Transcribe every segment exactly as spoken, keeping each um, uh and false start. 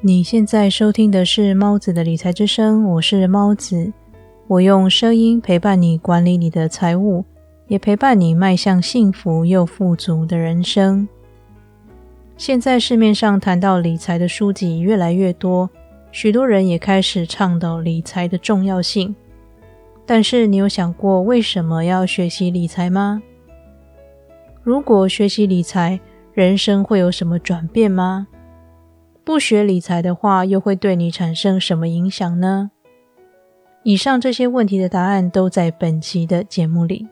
你现在收听的是猫子的理财之声，我是猫子，我用声音陪伴你管理你的财务，也陪伴你迈向幸福又富足的人生。现在市面上谈到理财的书籍越来越多，许多人也开始倡导理财的重要性。但是你有想过为什么要学习理财吗？如果学习理财，人生会有什么转变吗？不学理财的话，又会对你产生什么影响呢？以上这些问题的答案都在本期的节目里。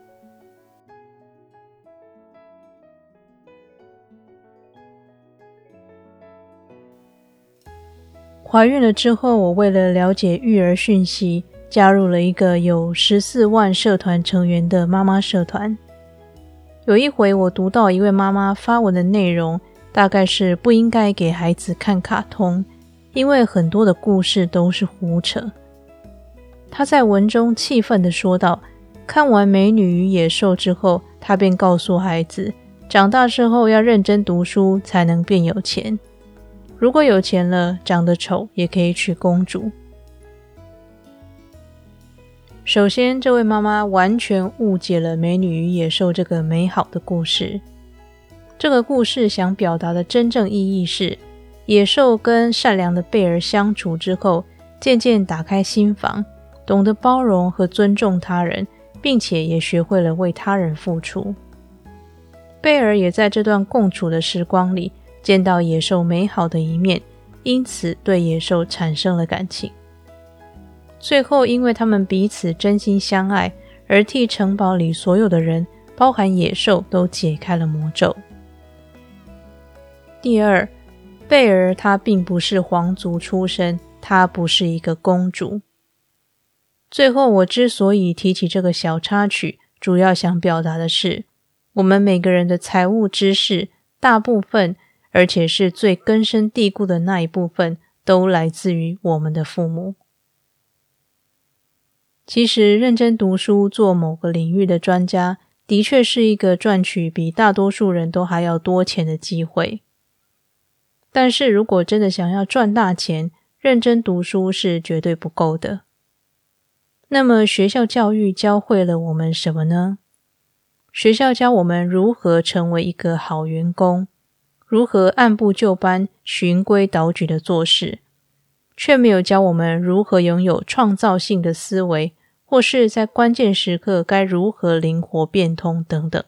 怀孕了之后，我为了了解育儿讯息，加入了一个有十四万社团成员的妈妈社团。有一回我读到一位妈妈发文的内容，大概是不应该给孩子看卡通，因为很多的故事都是胡扯。她在文中气愤地说道，看完《美女与野兽》之后，她便告诉孩子，长大之后要认真读书才能变有钱。如果有钱了，长得丑也可以娶公主。首先，这位妈妈完全误解了《美女与野兽》这个美好的故事。这个故事想表达的真正意义是，野兽跟善良的贝儿相处之后，渐渐打开心房，懂得包容和尊重他人，并且也学会了为他人付出。贝儿也在这段共处的时光里，见到野兽美好的一面，因此对野兽产生了感情。最后，因为他们彼此真心相爱，而替城堡里所有的人，包含野兽，都解开了魔咒。第二，贝儿她并不是皇族出身，她不是一个公主。最后，我之所以提起这个小插曲，主要想表达的是，我们每个人的财务知识，大部分，而且是最根深蒂固的那一部分，都来自于我们的父母。其实，认真读书，做某个领域的专家，的确是一个赚取比大多数人都还要多钱的机会。但是如果真的想要赚大钱，认真读书是绝对不够的。那么学校教育教会了我们什么呢？学校教我们如何成为一个好员工，如何按部就班、循规蹈矩的做事，却没有教我们如何拥有创造性的思维，或是在关键时刻该如何灵活变通等等。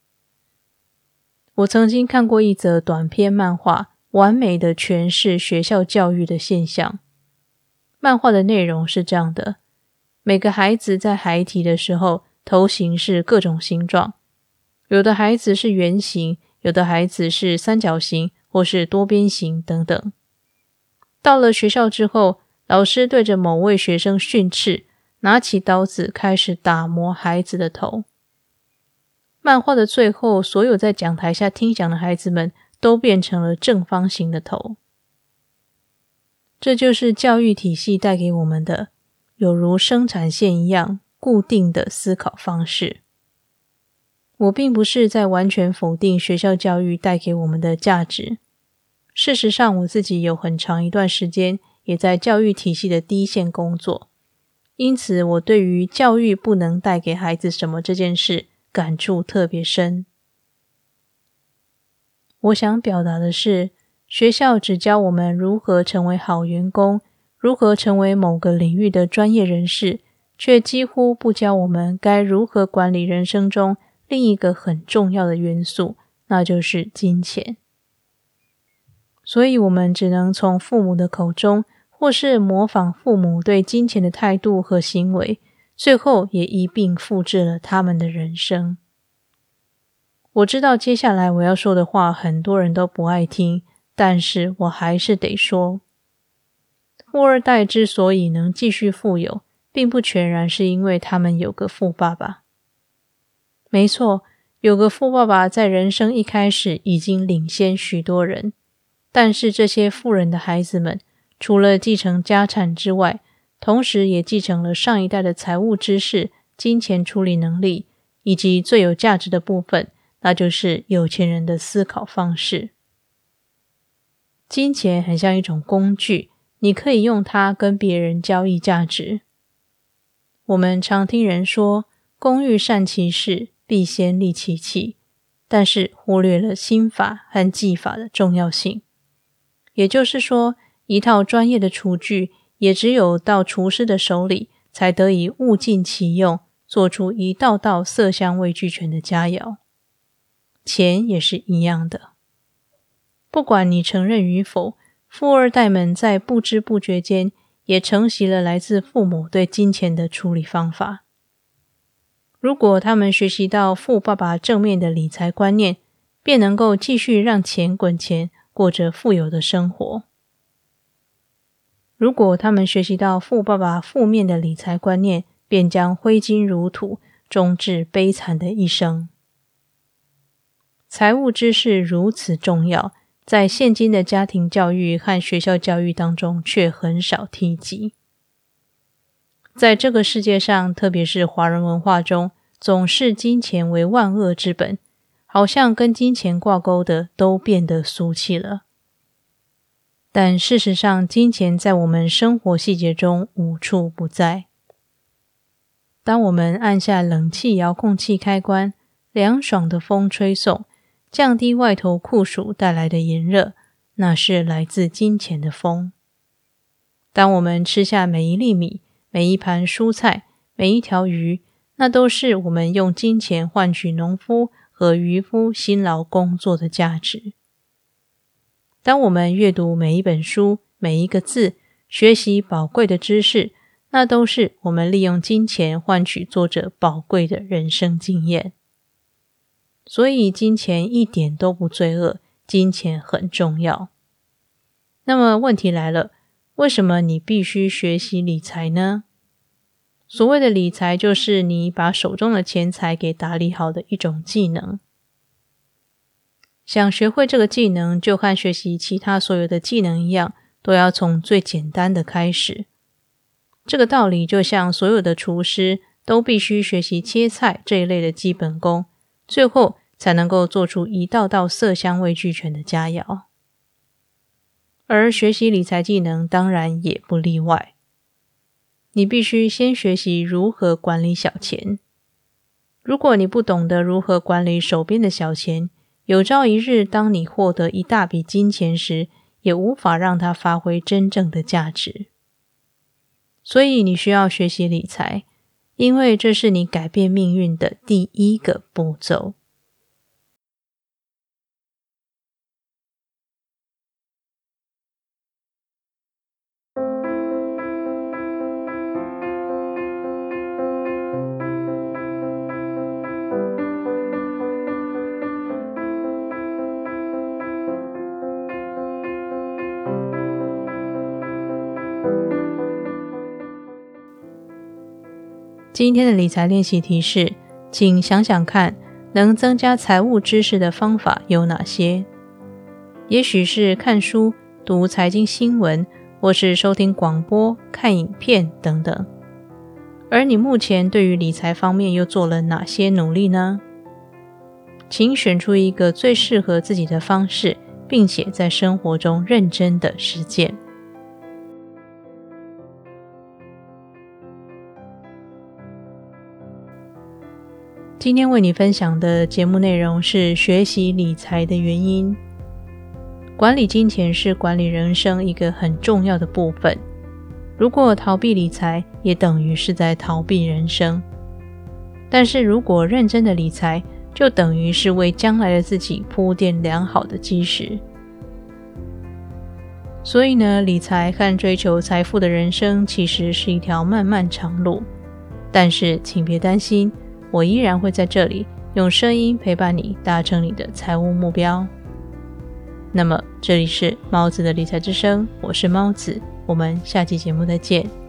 我曾经看过一则短篇漫画，完美的诠释学校教育的现象。漫画的内容是这样的，每个孩子在孩提的时候，头型是各种形状，有的孩子是圆形，有的孩子是三角形或是多边形等等。到了学校之后，老师对着某位学生训斥，拿起刀子开始打磨孩子的头。漫画的最后，所有在讲台下听讲的孩子们都变成了正方形的头。这就是教育体系带给我们的，有如生产线一样固定的思考方式。我并不是在完全否定学校教育带给我们的价值。事实上，我自己有很长一段时间也在教育体系的第一线工作，因此我对于教育不能带给孩子什么这件事感触特别深。我想表达的是，学校只教我们如何成为好员工，如何成为某个领域的专业人士，却几乎不教我们该如何管理人生中另一个很重要的元素，那就是金钱。所以我们只能从父母的口中，或是模仿父母对金钱的态度和行为，最后也一并复制了他们的人生。我知道接下来我要说的话很多人都不爱听，但是我还是得说。富二代之所以能继续富有，并不全然是因为他们有个富爸爸。没错，有个富爸爸在人生一开始已经领先许多人，但是这些富人的孩子们，除了继承家产之外，同时也继承了上一代的财务知识、金钱处理能力，以及最有价值的部分，那就是有钱人的思考方式。 金钱很像一种工具，你可以用它跟别人交易价值。我们常听人说，工欲善其事，必先利其器，但是忽略了心法和技法的重要性。也就是说，一套专业的厨具，也只有到厨师的手里，才得以物尽其用，做出一道道色香味俱全的佳肴。钱也是一样的，不管你承认与否，富二代们在不知不觉间也承袭了来自父母对金钱的处理方法。如果他们学习到富爸爸正面的理财观念，便能够继续让钱滚钱，过着富有的生活。如果他们学习到富爸爸负面的理财观念，便将挥金如土，终至悲惨的一生。财务知识如此重要，在现今的家庭教育和学校教育当中却很少提及。在这个世界上，特别是华人文化中，总视金钱为万恶之本，好像跟金钱挂钩的都变得俗气了。但事实上，金钱在我们生活细节中无处不在。当我们按下冷气遥控器开关，凉爽的风吹送，降低外头酷暑带来的炎热，那是来自金钱的风。当我们吃下每一粒米，每一盘蔬菜，每一条鱼，那都是我们用金钱换取农夫和渔夫辛劳工作的价值。当我们阅读每一本书，每一个字，学习宝贵的知识，那都是我们利用金钱换取作者宝贵的人生经验。所以金钱一点都不罪恶，金钱很重要。那么问题来了，为什么你必须学习理财呢？所谓的理财，就是你把手中的钱财给打理好的一种技能。想学会这个技能，就和学习其他所有的技能一样，都要从最简单的开始。这个道理就像所有的厨师都必须学习切菜这一类的基本功，最后才能够做出一道道色香味俱全的佳肴。而学习理财技能当然也不例外。你必须先学习如何管理小钱。如果你不懂得如何管理手边的小钱，有朝一日当你获得一大笔金钱时，也无法让它发挥真正的价值。所以你需要学习理财，因为这是你改变命运的第一个步骤。今天的理财练习题是，请想想看，能增加财务知识的方法有哪些？也许是看书、读财经新闻，或是收听广播、看影片等等。而你目前对于理财方面又做了哪些努力呢？请选出一个最适合自己的方式，并且在生活中认真的实践。今天为你分享的节目内容是学习理财的原因。管理金钱是管理人生一个很重要的部分。如果逃避理财，也等于是在逃避人生。但是如果认真的理财，就等于是为将来的自己铺垫良好的基石。所以呢，理财和追求财富的人生其实是一条漫漫长路。但是请别担心，我依然会在这里用声音陪伴你达成你的财务目标。那么这里是猫子的理财之声，我是猫子，我们下期节目再见。